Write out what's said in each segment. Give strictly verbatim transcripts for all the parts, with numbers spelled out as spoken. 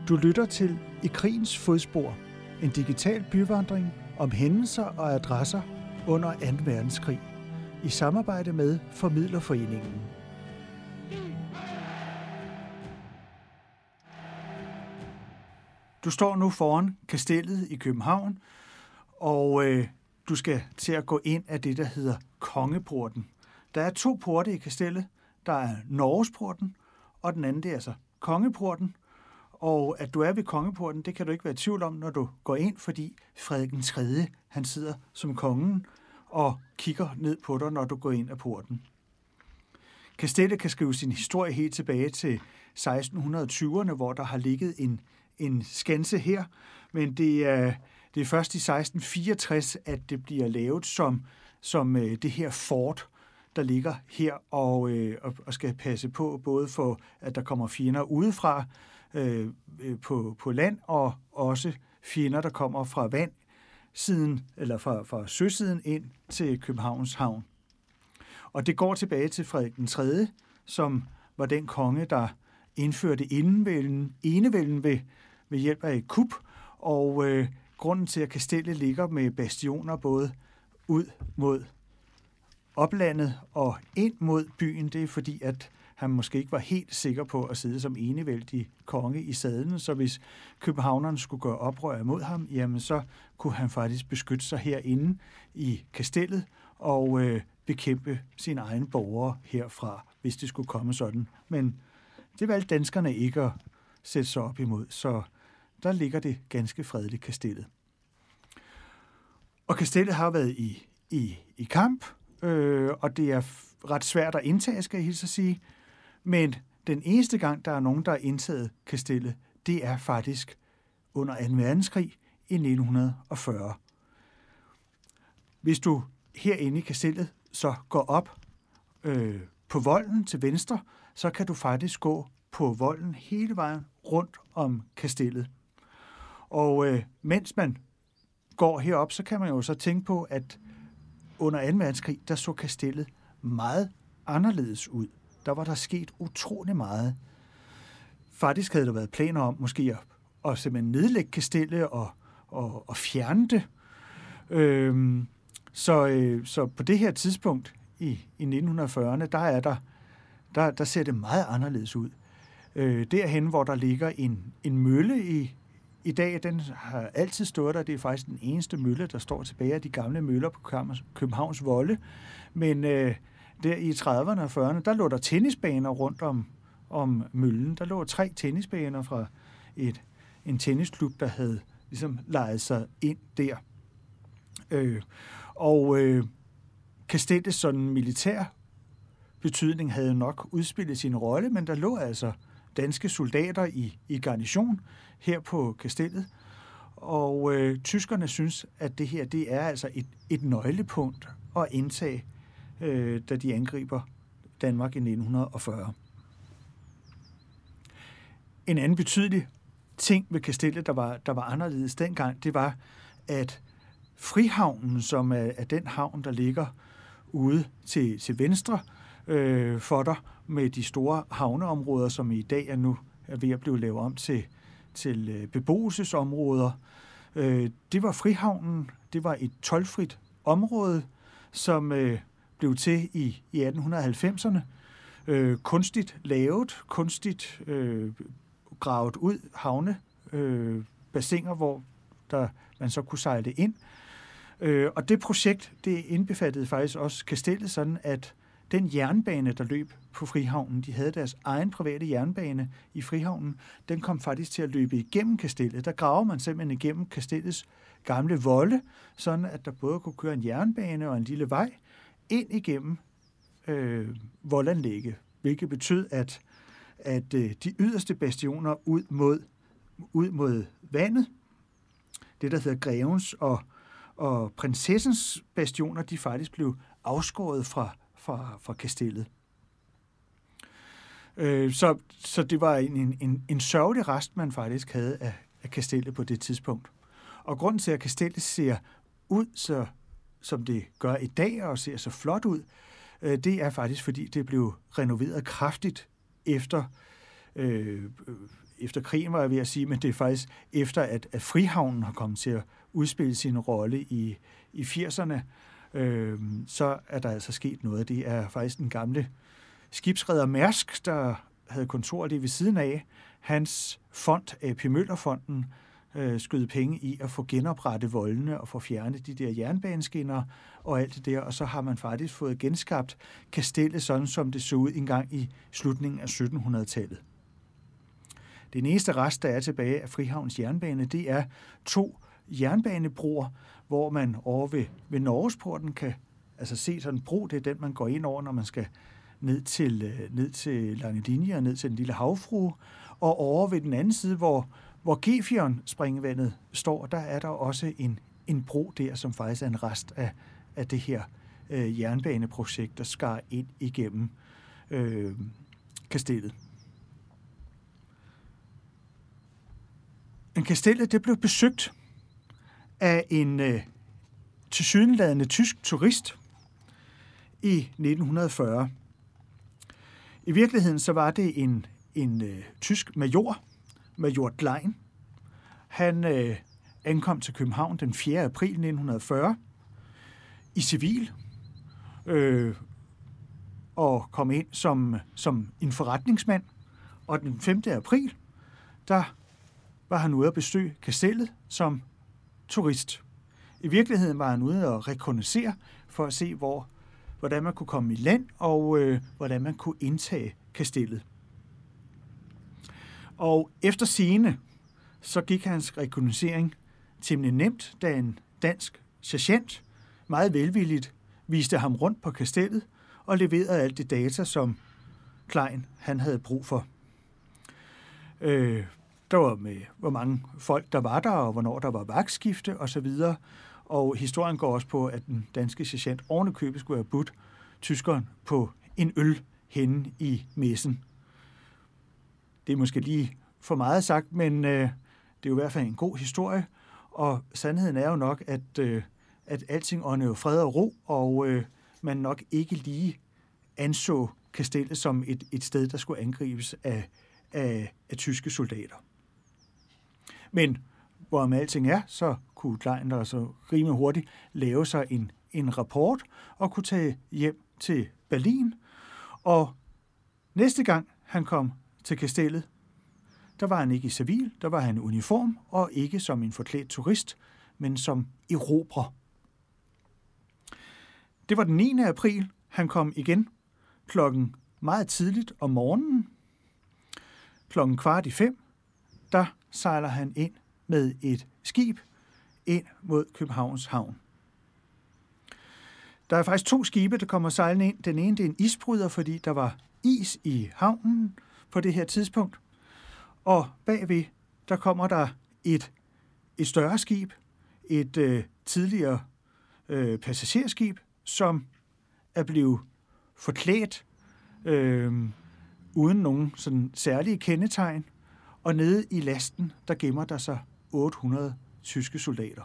Du lytter til I krigens fodspor, en digital byvandring om hændelser og adresser under anden verdenskrig, i samarbejde med Formidlerforeningen. Du står nu foran Kastellet i København, og øh, du skal til at gå ind af det, der hedder Kongeporten. Der er to porte i Kastellet. Der er Norgesporten, og den anden det er altså Kongeporten. Og at du er ved Kongeporten, det kan du ikke være i tvivl om, når du går ind, fordi Frederik den tredje, han sidder som kongen og kigger ned på dig, når du går ind af porten. Kastellet kan skrive sin historie helt tilbage til seksten tyverne, hvor der har ligget en, en skanse her, men det er, det er først i seksten fireogtres, at det bliver lavet som, som øh, det her fort, der ligger her og, øh, og skal passe på, både for, at der kommer fjender udefra øh, på, på land, og også fjender, der kommer fra vand, siden, eller fra, fra søsiden ind til Københavns havn. Og det går tilbage til Frederik den tredje, som var den konge, der indførte enevælden, enevælden ved, ved hjælp af et kup, og øh, grunden til, at Kastellet ligger med bastioner både ud mod oplandet og ind mod byen, det er fordi, at han måske ikke var helt sikker på at sidde som enevældig konge i sadlen, så hvis københavnerne skulle gøre oprør imod ham, jamen så kunne han faktisk beskytte sig herinde i Kastellet og øh, bekæmpe sine egne borgere herfra, hvis det skulle komme sådan. Men det valgte danskerne ikke at sætte sig op imod, så der ligger det ganske fredeligt Kastellet. Og Kastellet har været i, i, i kamp, øh, og det er ret svært at indtage, skal jeg hilse at sige. Men den eneste gang, der er nogen, der har indtaget Kastellet, det er faktisk under anden verdenskrig i nitten fyrre. Hvis du herinde i Kastellet så går op øh, på volden til venstre, så kan du faktisk gå på volden hele vejen rundt om Kastellet. Og øh, mens man går herop, så kan man jo så tænke på, at under anden verdenskrig, der så Kastellet meget anderledes ud. Der var der sket utrolig meget. Faktisk havde der været planer om måske at, at simpelthen nedlægge Kastellet og, og, og fjerne det. Øhm, så, øh, så på det her tidspunkt i, i nitten fyrrerne, der, er der, der, der ser det meget anderledes ud. Øh, derhen, hvor der ligger en, en mølle i, i dag, den har altid stået der. Det er faktisk den eneste mølle, der står tilbage af de gamle møller på Københavns Volde. Men øh, der i trediverne og fyrrerne, der lå der tennisbaner rundt om, om møllen. Der lå tre tennisbaner fra et, en tennisklub, der havde ligesom lejet sig ind der. Øh, og øh, Kastellets sådan militær betydning havde nok udspillet sin rolle, men der lå altså danske soldater i, i garnison her på Kastellet. Og øh, tyskerne synes, at det her det er altså et, et nøglepunkt at indtage, øh, da de angriber Danmark i nitten fyrre. En anden betydelig ting ved Kastellet, der var, der var anderledes dengang, det var, at Frihavnen, som er, er den havn, der ligger ude til, til venstre øh, for dig, med de store havneområder, som i dag er nu er ved at blive lavet om til, til beboelsesområder. Øh, det var Frihavnen. Det var et toldfrit område, som øh, blev til i, i atten halvfemserne. Øh, kunstigt lavet, kunstigt øh, gravet ud havne, øh, bassiner, hvor der, man så kunne sejle ind. Øh, og det projekt, det indbefattede faktisk også Kastellet, sådan at den jernbane, der løb på Frihavnen, de havde deres egen private jernbane i Frihavnen, den kom faktisk til at løbe igennem Kastellet. Der graver man simpelthen igennem Kastellets gamle volde, sådan at der både kunne køre en jernbane og en lille vej ind igennem øh, voldanlægget, hvilket betød, at, at øh, de yderste bastioner ud mod, ud mod vandet, det der hedder Grevens og, og Prinsessens bastioner, de faktisk blev afskåret fra fra, fra Kastellet. Øh, så, så det var en, en, en sørgelig rest, man faktisk havde af, af Kastellet på det tidspunkt. Og grunden til, at Kastellet ser ud, så, som det gør i dag, og ser så flot ud, øh, det er faktisk, fordi det blev renoveret kraftigt efter, øh, efter krigen, var jeg ved at sige, men det er faktisk efter, at, at Frihavnen har kommet til at udspille sin rolle i, i firserne, øh, så er der altså sket noget. Det er faktisk den gamle skibsreder Mærsk, der havde kontor lige ved siden af. Hans fond, A P. Møller-fonden, øh, skød penge i at få genoprettet voldene og få fjernet de der jernbaneskinner og alt det der, og så har man faktisk fået genskabt kastellet sådan, som det så ud engang i slutningen af syttenhundredetallet. Den eneste rest, der er tilbage af Frihavns jernbane, det er to jernbanebroer, hvor man over ved, ved Norgesporten kan altså se sådan en bro, det er den, man går ind over, når man skal ned til, ned til Langelinje og ned til den lille havfrue, og over ved den anden side, hvor, hvor Gefjern springvandet står, der er der også en, en bro der, som faktisk er en rest af, af det her øh, jernbaneprojekt, der skar ind igennem øh, kastellet. En kastellet, det blev besøgt af en øh, tilsyneladende tysk turist i nitten fyrre. I virkeligheden så var det en, en øh, tysk major, major Klein. Han øh, ankom til København den fjerde april nitten fyrre i civil øh, og kom ind som, som en forretningsmand. Og den femte april, der var han ude at besøge kastellet som turist. I virkeligheden var han ude at rekognoscere for at se, hvor, hvordan man kunne komme i land, og øh, hvordan man kunne indtage kastellet. Og efter sigende, så gik hans rekognoscering temmelig nemt, da en dansk sergeant meget velvilligt viste ham rundt på kastellet og leverede alt det data, som Klein han havde brug for. Øh, der var med, hvor mange folk der var der, og hvornår der var vagtskifte osv., og historien går også på, at den danske sergeant ovenikøbet skulle have budt tyskeren på en øl henne i messen. Det er måske lige for meget sagt, men øh, det er jo i hvert fald en god historie, og sandheden er jo nok, at, øh, at alting åndede fred og ro, og øh, man nok ikke lige anså kastellet som et, et sted, der skulle angribes af, af, af tyske soldater. Men hvorom alting er, så kunne Klein altså rimelig hurtigt lave sig en, en rapport og kunne tage hjem til Berlin. Og næste gang han kom til kastellet, der var han ikke i civil, der var han i uniform, og ikke som en forklædt turist, men som erobrer. Det var den niende april, han kom igen klokken meget tidligt om morgenen. Klokken kvart i fem, der sejler han ind med et skib ind mod Københavns Havn. Der er faktisk to skibe, der kommer sejlende ind. Den ene det er en isbryder, fordi der var is i havnen på det her tidspunkt. Og bagved, der kommer der et, et større skib, et øh, tidligere øh, passagerskib, som er blevet forklædt øh, uden nogen sådan særlige kendetegn. Og nede i lasten, der gemmer der sig otte hundrede tyske soldater.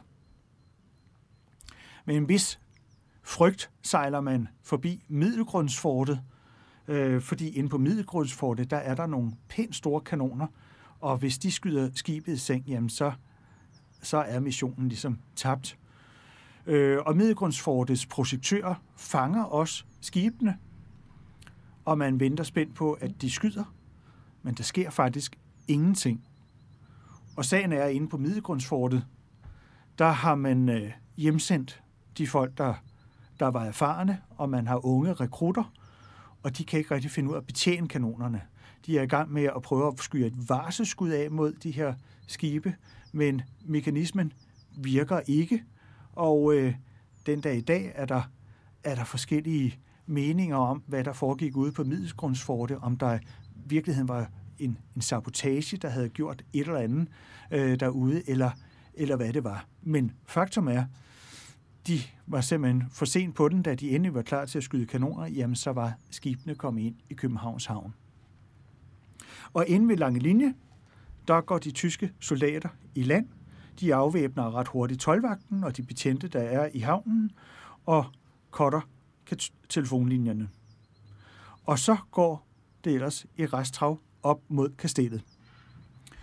Med en vis frygt sejler man forbi Middelgrundsfortet, øh, fordi inde på Middelgrundsfortet, der er der nogle pænt store kanoner, og hvis de skyder skibet i seng, jamen så, så er missionen ligesom tabt. Øh, og Middelgrundsfortets projektører fanger også skibene, og man venter spændt på, at de skyder, men der sker faktisk ingenting. Og sagen er, inde på Middelgrundsfortet, der har man øh, hjemsendt de folk, der, der var erfarne, og man har unge rekrutter, og de kan ikke rigtig finde ud af at betjene kanonerne. De er i gang med at prøve at skyde et varselsskud af mod de her skibe, men mekanismen virker ikke, og øh, den dag i dag er der, er der forskellige meninger om, hvad der foregik ude på Middelgrundsfortet, om der i virkeligheden var en, en sabotage, der havde gjort et eller andet øh, derude, eller, eller hvad det var. Men faktum er, de var simpelthen for sent på den, da de endelig var klar til at skyde kanoner, jamen så var skibene kommet ind i Københavns Havn. Og inde ved Langelinje, der går de tyske soldater i land. De afvæbner ret hurtigt toldvagten og de betjente, der er i havnen, og cutter telefonlinjerne. Og så går det ellers i resttrav op mod kastellet.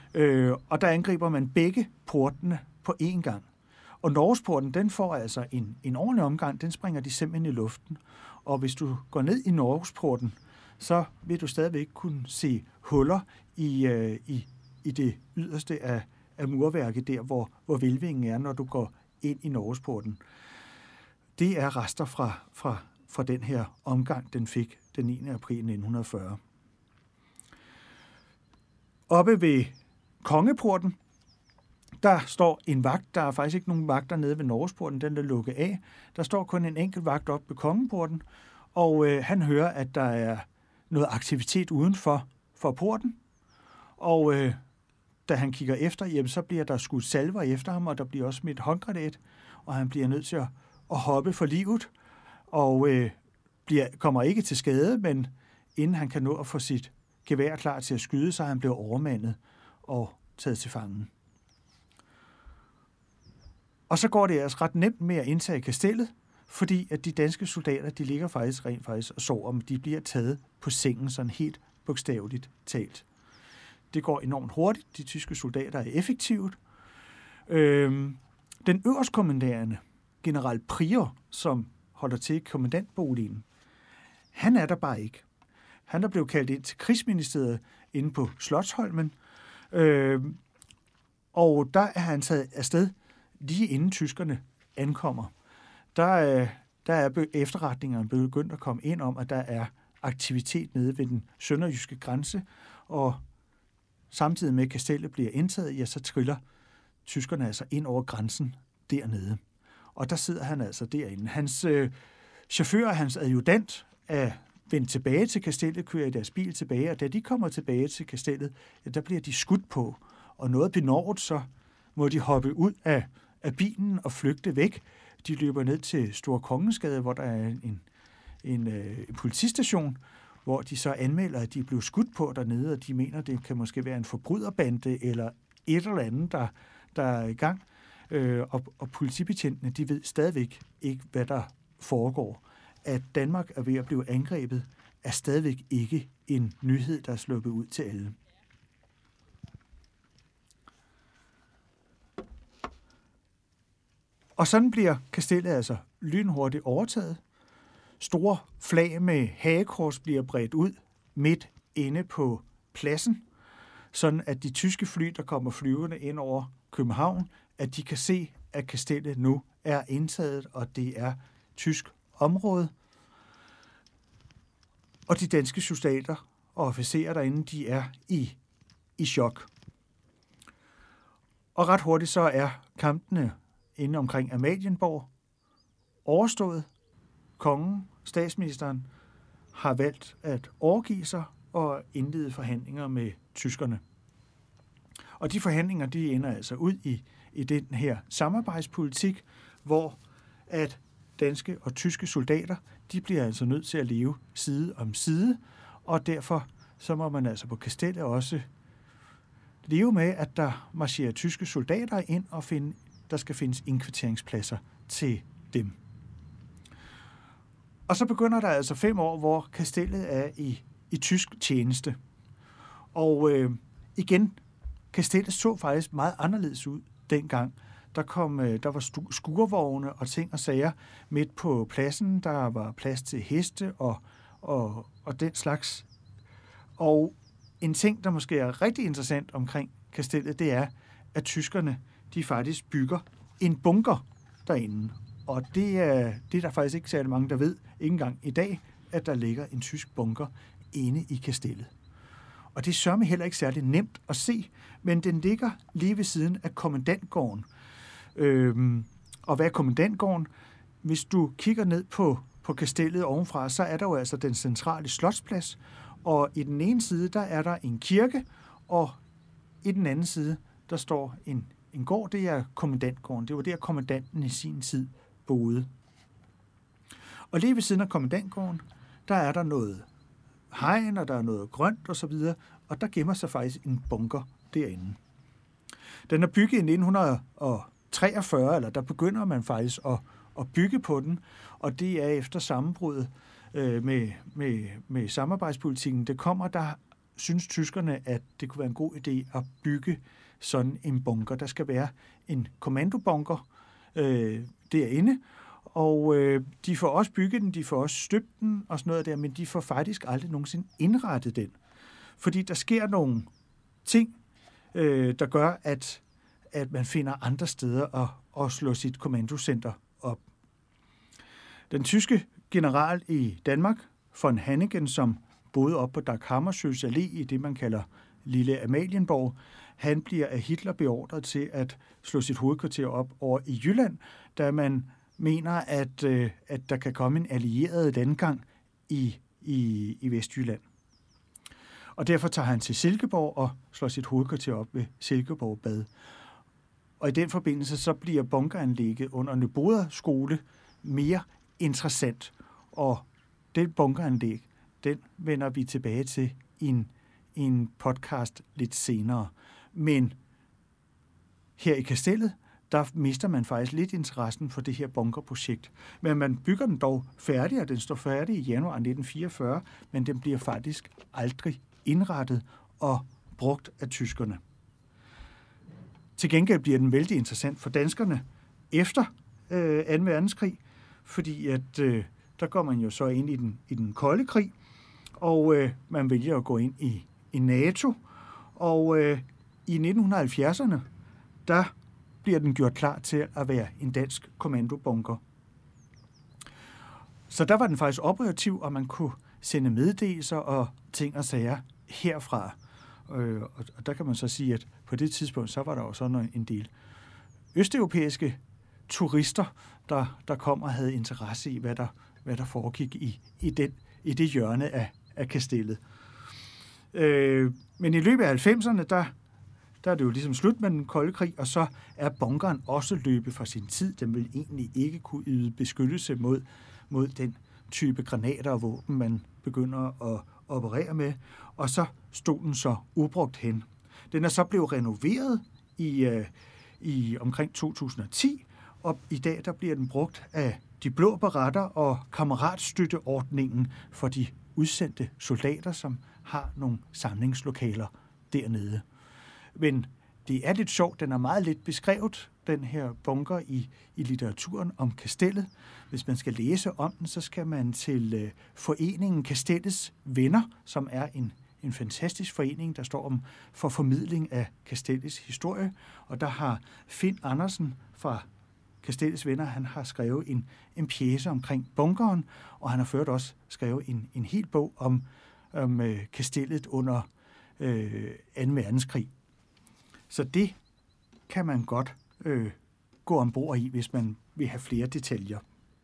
Øh, og der angriber man begge portene på én gang. Og Norgesporten, den får altså en, en ordentlig omgang, den springer de simpelthen i luften. Og hvis du går ned i Norgesporten, så vil du stadigvæk kunne se huller i, øh, i, i det yderste af, af murværket, der hvor, hvor hvælvingen er, når du går ind i Norgesporten. Det er rester fra, fra, fra den her omgang, den fik den niende april nitten fyrre. Oppe ved Kongeporten, der står en vagt. Der er faktisk ikke nogen vagter nede ved Norgesporten, den er lukket af. Der står kun en enkelt vagt oppe ved Kongeporten, og øh, han hører, at der er noget aktivitet udenfor for porten. Og øh, da han kigger efter, jamen, så bliver der skudt salver efter ham, og der bliver også smidt håndgranat, og han bliver nødt til at, at hoppe for livet, og øh, bliver, kommer ikke til skade, men inden han kan nå at få sit gevær klar til at skyde, så er han blevet overmandet og taget til fangen. Og så går det altså ret nemt med at indtage kastellet, fordi at de danske soldater, de ligger faktisk rent faktisk og sover, men de bliver taget på sengen sådan helt bogstaveligt talt. Det går enormt hurtigt. De tyske soldater er effektivt. Øhm, den øverstkommanderende, general Prior, som holder til i kommandantboligen, han er der bare ikke. Han er blevet kaldt ind til krigsministeriet inde på Slotsholmen, øhm, og der er han taget afsted lige inden tyskerne ankommer. Der er, der er efterretningerne begyndt at komme ind om, at der er aktivitet nede ved den sønderjyske grænse, og samtidig med, at kastellet bliver indtaget, ja, så triller tyskerne altså ind over grænsen dernede. Og der sidder han altså derinde. Hans øh, chauffør og hans adjudant er vendt tilbage til kastellet, kører i deres bil tilbage, og da de kommer tilbage til kastellet, ja, der bliver de skudt på. Og noget benåret, så må de hoppe ud af, af bilen og flygte væk. De løber ned til Store Kongensgade, hvor der er en, en, øh, en politistation, hvor de så anmelder, at de er blevet skudt på dernede, og de mener, det kan måske være en forbryderbande eller et eller andet, der, der er i gang. Øh, og, og politibetjentene, de ved stadigvæk ikke, hvad der foregår. At Danmark er ved at blive angrebet, er stadigvæk ikke en nyhed, der er sluppet ud til alle. Og sådan bliver kastellet altså lynhurtigt overtaget. Store flag med hagekors bliver bredt ud midt inde på pladsen, sådan at de tyske fly, der kommer flyvende ind over København, at de kan se, at kastellet nu er indtaget, og det er tysk område. Og de danske soldater og officerer derinde, de er i, i chok. Og ret hurtigt så er kampene inde omkring Amalienborg overstået. Kongen, statsministeren, har valgt at overgive sig og indlede forhandlinger med tyskerne. Og de forhandlinger, de ender altså ud i, i den her samarbejdspolitik, hvor at danske og tyske soldater, de bliver altså nødt til at leve side om side, og derfor så må man altså på kastellet også leve med, at der marcherer tyske soldater ind, og finde, der skal findes indkvarteringspladser til dem. Og så begynder der altså fem år, hvor kastellet er i, i tysk tjeneste. Og øh, igen, kastellet så faktisk meget anderledes ud dengang. Der, kom, øh, der var skurvogne og ting og sager midt på pladsen. Der var plads til heste og, og, og den slags. Og en ting, der måske er rigtig interessant omkring kastellet, det er, at tyskerne, de faktisk bygger en bunker derinde. Og det er, det er der faktisk ikke særlig mange, der ved, ikke engang i dag, at der ligger en tysk bunker inde i kastellet. Og det er sørme heller ikke særlig nemt at se, men den ligger lige ved siden af kommandantgården. Øhm, og hvad er kommandantgården? Hvis du kigger ned på, på kastellet ovenfra, så er der jo altså den centrale slotsplads, og i den ene side, der er der en kirke, og i den anden side, der står en, en gård, det er kommandantgården. Det var der, kommandanten i sin tid boede. Og lige ved siden af kommandantgården, der er der noget hegn, og der er noget grønt og så videre, og der gemmer sig faktisk en bunker derinde. Den er bygget i nitten treogfyrre, eller der begynder man faktisk at, at bygge på den, og det er efter sammenbruddet øh, med, med, med samarbejdspolitikken. Det kommer, der synes tyskerne, at det kunne være en god idé at bygge sådan en bunker. Der skal være en kommandobunker øh, derinde, og øh, de får også bygget den, de får også støbt den og sådan noget der, men de får faktisk aldrig nogensinde indrettet den. Fordi der sker nogle ting, øh, der gør, at, at man finder andre steder at, at slå sit kommandocenter op. Den tyske general i Danmark, von Hannigen, som boede op på Dag Hammarskjölds Allé i det, man kalder Lille Amalienborg, han bliver af Hitler beordret til at slå sit hovedkvarter op over i Jylland, da man mener, at, øh, at der kan komme en allieret landgang i, i, i Vestjylland. Og derfor tager han til Silkeborg og slår sit hovedkvarter op ved Silkeborg Bad. Og i den forbindelse så bliver bunkeranlægget under Nyboder skole mere interessant. Og den bunkeranlæg, den vender vi tilbage til i en, i en podcast lidt senere. Men her i Kastellet, der mister man faktisk lidt interessen for det her bunkerprojekt. Men man bygger den dog færdig, og den står færdig i januar nitten fireogfyrre, men den bliver faktisk aldrig indrettet og brugt af tyskerne. Til gengæld bliver den vældig interessant for danskerne efter øh, anden verdenskrig, fordi at øh, der går man jo så ind i den, i den kolde krig, og øh, man vælger at gå ind i, i NATO, og øh, i nitten halvfjerdserne, der bliver den gjort klar til at være en dansk kommandobunker. Så der var den faktisk operativ, og man kunne sende meddelelser og ting og sager herfra. Øh, og der kan man så sige, at på det tidspunkt, så var der jo sådan en del østeuropæiske turister, der, der kom og havde interesse i, hvad der, hvad der foregik i, i, den, i det hjørne af, af kastellet. Øh, men i løbet af halvfemserne, der, der er det jo ligesom slut med den kolde krig, og så er bunkeren også løbet fra sin tid. Den vil egentlig ikke kunne yde beskyttelse mod, mod den type granater og våben, man begynder at operere med, og så stod den så ubrugt hen. Den er så blevet renoveret i, øh, i omkring to tusind og ti, og i dag der bliver den brugt af de blå baretter og kammeratstøtteordningen for de udsendte soldater, som har nogle samlingslokaler dernede. Men det er lidt sjovt, den er meget lidt beskrevet, den her bunker i, i litteraturen om Kastellet. Hvis man skal læse om den, så skal man til øh, foreningen Kastellets Venner, som er en, en fantastisk forening, der står om for formidling af Kastellets historie. Og der har Finn Andersen fra Kastellets Venner, han har skrevet en, en pjece omkring bunkeren, og han har ført også skrevet en, en hel bog om, om øh, Kastellet under øh, anden verdenskrig. Så det kan man godt øh, gå ombord i, hvis man vil have flere detaljer.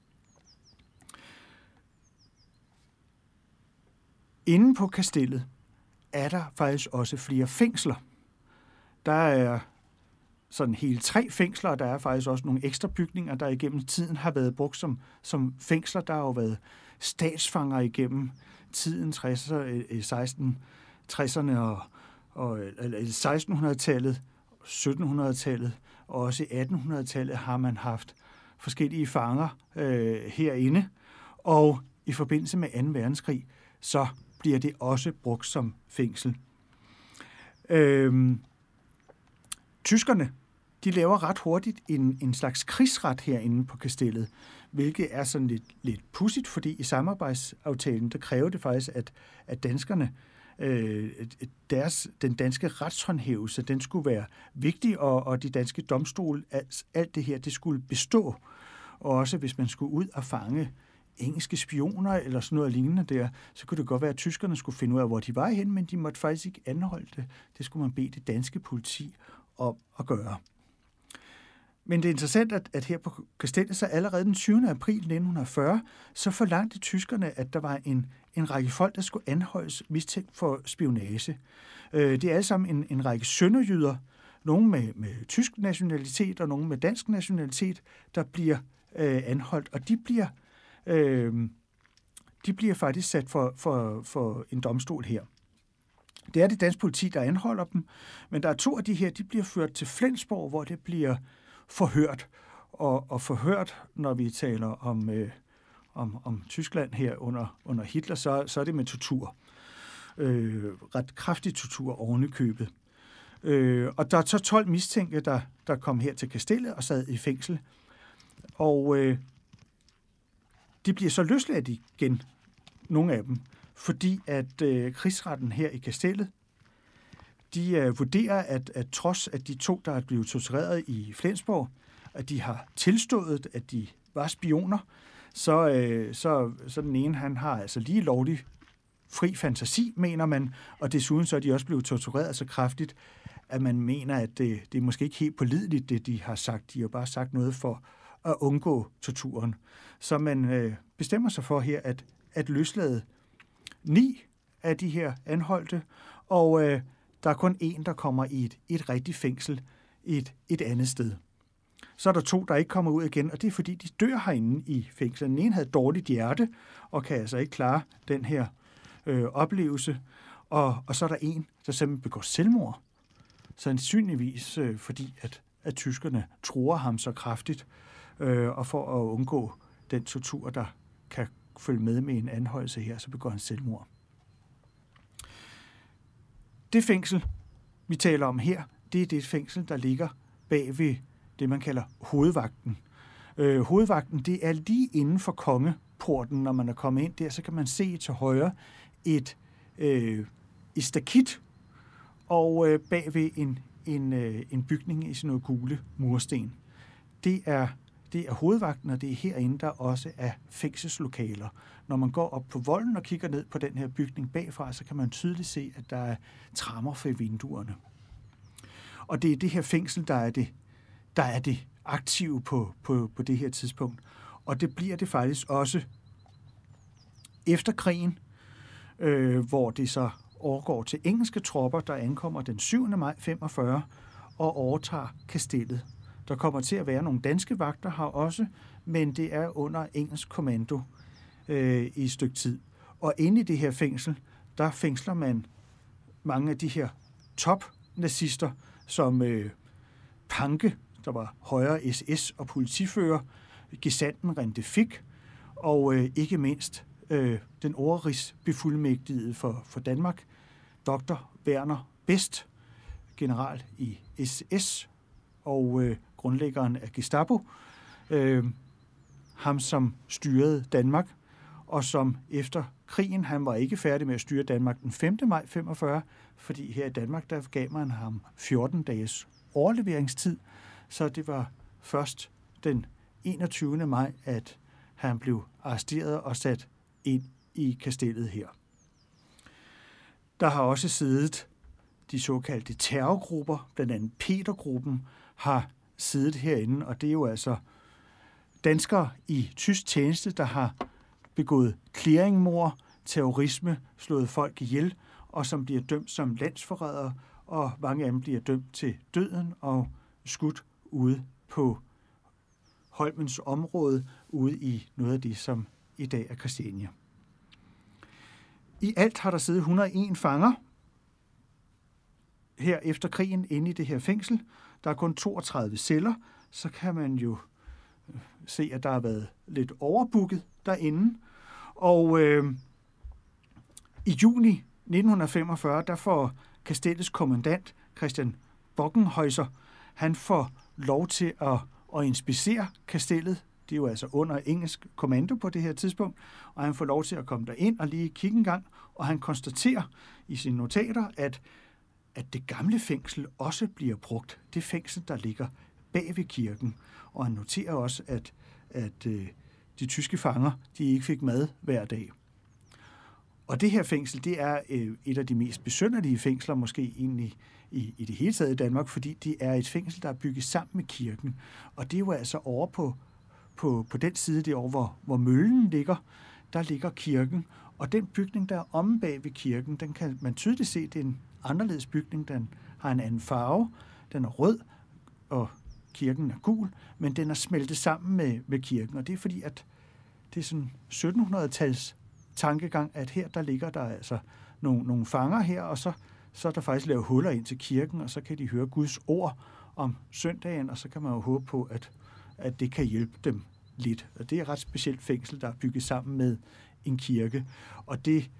Inde på kastellet er der faktisk også flere fængsler. Der er sådan hele tre fængsler, og der er faktisk også nogle ekstra bygninger, der igennem tiden har været brugt som, som fængsler. Der har jo været statsfanger igennem tiden, seksten tresserne og, og sekstenhundredetallet, syttenhundredetallet, og også i attenhundredetallet har man haft forskellige fanger øh, herinde. Og i forbindelse med anden verdenskrig, så bliver det også brugt som fængsel. Øhm, tyskerne, de laver ret hurtigt en, en slags krigsret herinde på kastellet, hvilket er sådan lidt, lidt pudsigt, fordi i samarbejdsaftalen, der kræver det faktisk, at, at danskerne, øh, deres, den danske retshåndhævelse, den skulle være vigtig, og, og de danske domstole, alt, alt det her, det skulle bestå. Og også hvis man skulle ud og fange engelske spioner eller sådan noget lignende der, så kunne det godt være, at tyskerne skulle finde ud af, hvor de var hen, men de måtte faktisk ikke anholde det. Det skulle man bede det danske politi om at gøre. Men det er interessant, at, at her på kastellet, så allerede den syvende april nitten fyrre, så forlangte tyskerne, at der var en, en række folk, der skulle anholdes mistænkt for spionage. Øh, det er alle sammen en, en række sønderjyder, nogle med, med tysk nationalitet og nogle med dansk nationalitet, der bliver øh, anholdt, og de bliver Øh, de bliver faktisk sat for, for, for en domstol her. Det er det danske politi, der anholder dem, men der er to af de her, de bliver ført til Flensborg, hvor det bliver forhørt. Og, og forhørt, når vi taler om, øh, om, om Tyskland her under, under Hitler, så, så er det med tortur. øh, ret kraftig tortur oven i købet. Øh, og der er så tolv mistænkte, der, der kom her til kastellet og sad i fængsel. Og øh, de bliver så løsladt igen, nogle af dem, fordi at øh, krigsretten her i kastellet, de øh, vurderer, at, at trods at de to, der er blevet tortureret i Flensborg, at de har tilstået, at de var spioner, så, øh, så, så den ene, han har altså lige lovlig fri fantasi, mener man, og desuden så er de også blevet tortureret så kraftigt, at man mener, at det, det er måske ikke helt pålideligt, det de har sagt. De har bare sagt noget for at undgå torturen. Så man øh, bestemmer sig for her, at, at løslade ni af de her anholdte, og øh, der er kun en, der kommer i et, et rigtigt fængsel et, et andet sted. Så er der to, der ikke kommer ud igen, og det er fordi, de dør herinde i fængslet. Den ene havde dårligt hjerte, og kan altså ikke klare den her øh, oplevelse. Og, og så er der en, der simpelthen begår selvmord. Sandsynligvis øh, fordi, at, at tyskerne truer ham så kraftigt, øh, og for at undgå den tortur, der kan følge med med en anholdelse her, så begår han selvmord. Det fængsel, vi taler om her, det er det fængsel, der ligger bag ved det, man kalder hovedvagten. Øh, hovedvagten, det er lige inden for kongeporten. Når man er kommet ind der, så kan man se til højre et, øh, et stakit, og øh, bag ved en, en, øh, en bygning i sådan noget gule mursten. Det er, det er hovedvagten, og det er herinde, der også er fængselslokaler. Når man går op på volden og kigger ned på den her bygning bagfra, så kan man tydeligt se, at der er tremmer for vinduerne. Og det er det her fængsel, der er det, der er det aktive på, på, på det her tidspunkt. Og det bliver det faktisk også efter krigen, øh, hvor det så overgår til engelske tropper, der ankommer den syvende maj femogfyrre og overtager kastellet. Der kommer til at være nogle danske vagter her også, men det er under engelsk kommando øh, i et stykke tid. Og inde i det her fængsel, der fængsler man mange af de her top-nazister, som øh, Panke, der var højre S S og politifører, gesandten Rente Fik, og øh, ikke mindst øh, den overrigsbefuldmægtigede for, for Danmark, doktor Werner Best, general i S S og øh, grundlæggeren af Gestapo, øh, ham som styrede Danmark, og som efter krigen, han var ikke færdig med at styre Danmark den femte maj femogfyrre, fordi her i Danmark, der gav man ham fjorten dages overleveringstid, så det var først den enogtyvende maj, at han blev arresteret og sat ind i kastellet her. Der har også siddet de såkaldte terrorgrupper, blandt andet Petergruppen, har siddet herinde, og det er jo altså danskere i tysk tjeneste, der har begået clearingmord, terrorisme, slået folk ihjel, og som bliver dømt som landsforrædere, og mange af dem bliver dømt til døden og skudt ude på Holmens område, ude i noget af det, som i dag er Christiania. I alt har der siddet et hundrede og en fanger her efter krigen inde i det her fængsel. Der er kun toogtredive celler, så kan man jo se, at der har været lidt overbooket derinde. Og øh, i juni nitten femogfyrre, der får kastellets kommandant, Christian Bockenhäuser, han får lov til at, at inspicere kastellet. Det er jo altså under engelsk kommando på det her tidspunkt, og han får lov til at komme derind og lige kigge en gang, og han konstaterer i sine notater, at, at det gamle fængsel også bliver brugt. Det fængsel, der ligger bag ved kirken. Og han noterer også, at, at øh, de tyske fanger, de ikke fik mad hver dag. Og det her fængsel, det er øh, et af de mest besynderlige fængsler, måske egentlig i, i det hele taget i Danmark, fordi det er et fængsel, der er bygget sammen med kirken. Og det er jo altså over på, på, på den side derovre, hvor, hvor møllen ligger, der ligger kirken. Og den bygning, der er omme bag ved kirken, den kan man tydeligt se, det er en anderledes bygning. Den har en anden farve, den er rød, og kirken er gul, men den er smeltet sammen med, med kirken. Og det er fordi, at det er sådan syttenhundrede-tals tankegang, at her der ligger der altså nogle, nogle fanger her, og så, så er der faktisk lavet huller ind til kirken, og så kan de høre Guds ord om søndagen, og så kan man jo håbe på, at, at det kan hjælpe dem lidt. Og det er et ret specielt fængsel, der er bygget sammen med en kirke. Og det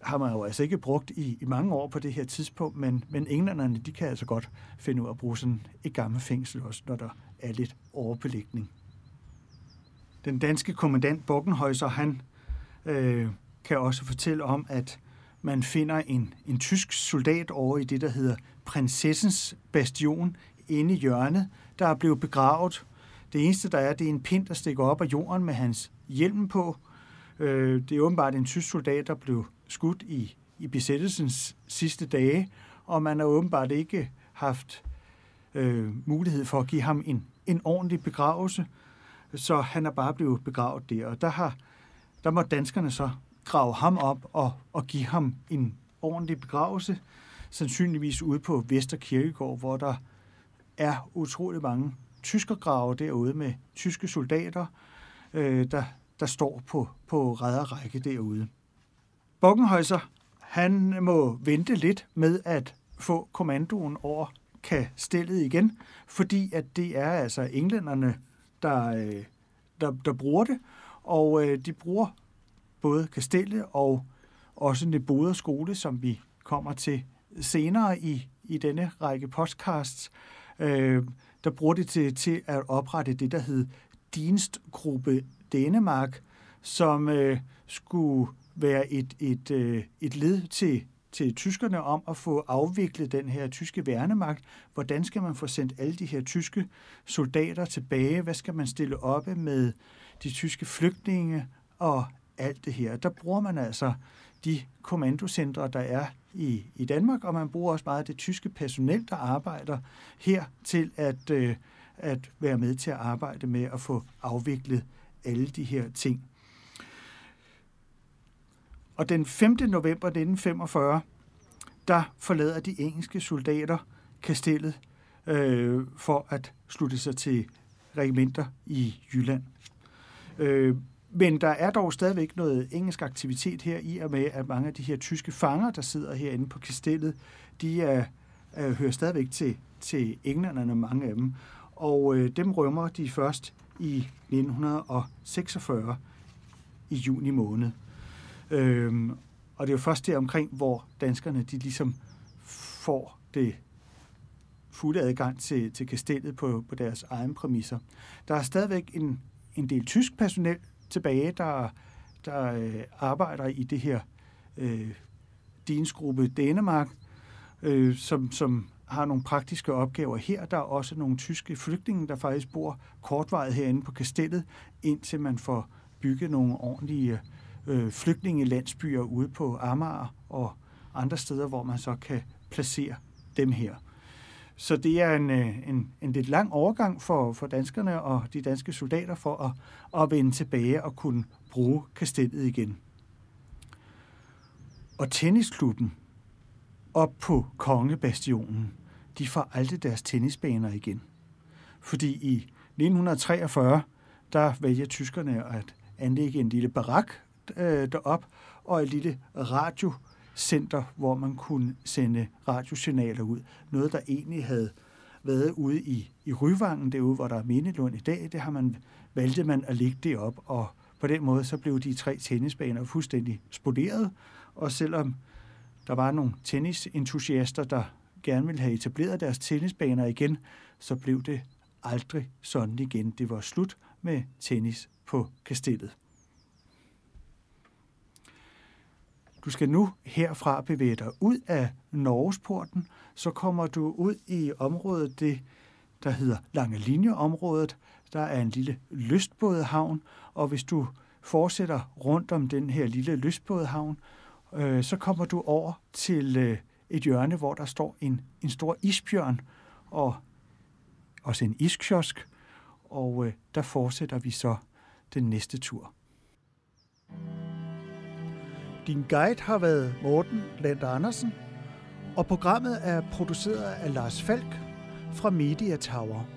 har man jo altså ikke brugt i, i mange år på det her tidspunkt, men, men englænderne, de kan altså godt finde ud af at bruge sådan et gammelt fængsel også, når der er lidt overbelægning. Den danske kommandant Bockenhäuser, han øh, kan også fortælle om, at man finder en, en tysk soldat over i det, der hedder Prinsessens Bastion, inde i hjørnet, der er blevet begravet. Det eneste, der er, det er en pind, der stikker op af jorden med hans hjelm på. Øh, det er åbenbart en tysk soldat, der blev skudt i, i besættelsens sidste dage, og man har åbenbart ikke haft øh, mulighed for at give ham en, en ordentlig begravelse, så han er bare blevet begravet der. Og der, har, der må danskerne så grave ham op og, og give ham en ordentlig begravelse, sandsynligvis ude på Vester Kirkegård, hvor der er utrolig mange tyskergrave derude med tyske soldater, øh, der, der står på, på række derude. Bockenhäuser, han må vente lidt med at få kommandoen over kastellet igen, fordi at det er altså englænderne, der, der, der bruger det, og øh, de bruger både kastellet og også Nyboder skole, som vi kommer til senere i, i denne række podcasts, øh, der bruger det til, til at oprette det, der hed Dienstgruppe Dänemark, som øh, skulle være et, et, øh, et led til, til tyskerne om at få afviklet den her tyske værnemagt. Hvordan skal man få sendt alle de her tyske soldater tilbage? Hvad skal man stille op med de tyske flygtninge og alt det her? Der bruger man altså de kommandocentre, der er i, i Danmark, og man bruger også meget af det tyske personel, der arbejder her til at, øh, at være med til at arbejde med at få afviklet alle de her ting. Og den femte november nitten femogfyrre, der forlader de engelske soldater kastellet øh, for at slutte sig til regimenter i Jylland. Øh, men der er dog stadigvæk noget engelsk aktivitet her, i og med, at mange af de her tyske fanger, der sidder herinde på kastellet, de er, er, hører stadigvæk til, til englænderne, mange af dem. Og øh, dem rømmer de først i nitten seksogfyrre i juni måned. Øhm, og det er jo først der omkring, hvor danskerne de ligesom får det fulde adgang til, til kastellet på, på deres egen præmisser. Der er stadigvæk en, en del tysk personel tilbage, der, der øh, arbejder i det her øh, Dienstgruppe Dänemark, øh, som, som har nogle praktiske opgaver her. Der er også nogle tyske flygtninge, der faktisk bor kortvarigt herinde på kastellet, indtil man får bygget nogle ordentlige øh, flygtningelandsbyer ude på Amager og andre steder, hvor man så kan placere dem her. Så det er en, en, en lidt lang overgang for, for danskerne og de danske soldater for at, at vende tilbage og kunne bruge kastellet igen. Og tennisklubben op på Kongebastionen, de får aldrig deres tennisbaner igen. Fordi i nitten treogfyrre, der vælger tyskerne at anlægge en lille barak øh, derop og et lille radiocenter, hvor man kunne sende radiosignaler ud. Noget, der egentlig havde været ude i, i Ryvangen, derude, hvor der er Mindelund i dag, det har man, valgte man at lægge det op, og på den måde så blev de tre tennisbaner fuldstændig spoleret, og selvom der var nogle tennisentusiaster, der gerne ville have etableret deres tennisbaner igen, så blev det aldrig sådan igen. Det var slut med tennis på kastellet. Du skal nu herfra bevæge dig ud af Norgesporten, så kommer du ud i området, det, der hedder Langelinjeområdet. Der er en lille lystbådehavn, og hvis du fortsætter rundt om den her lille lystbådehavn, øh, så kommer du over til øh, et hjørne, hvor der står en, en stor isbjørn og også en iskiosk, og øh, der fortsætter vi så den næste tur. Din guide har været Morten Lander Andersen, og programmet er produceret af Lars Falk fra Media Tower.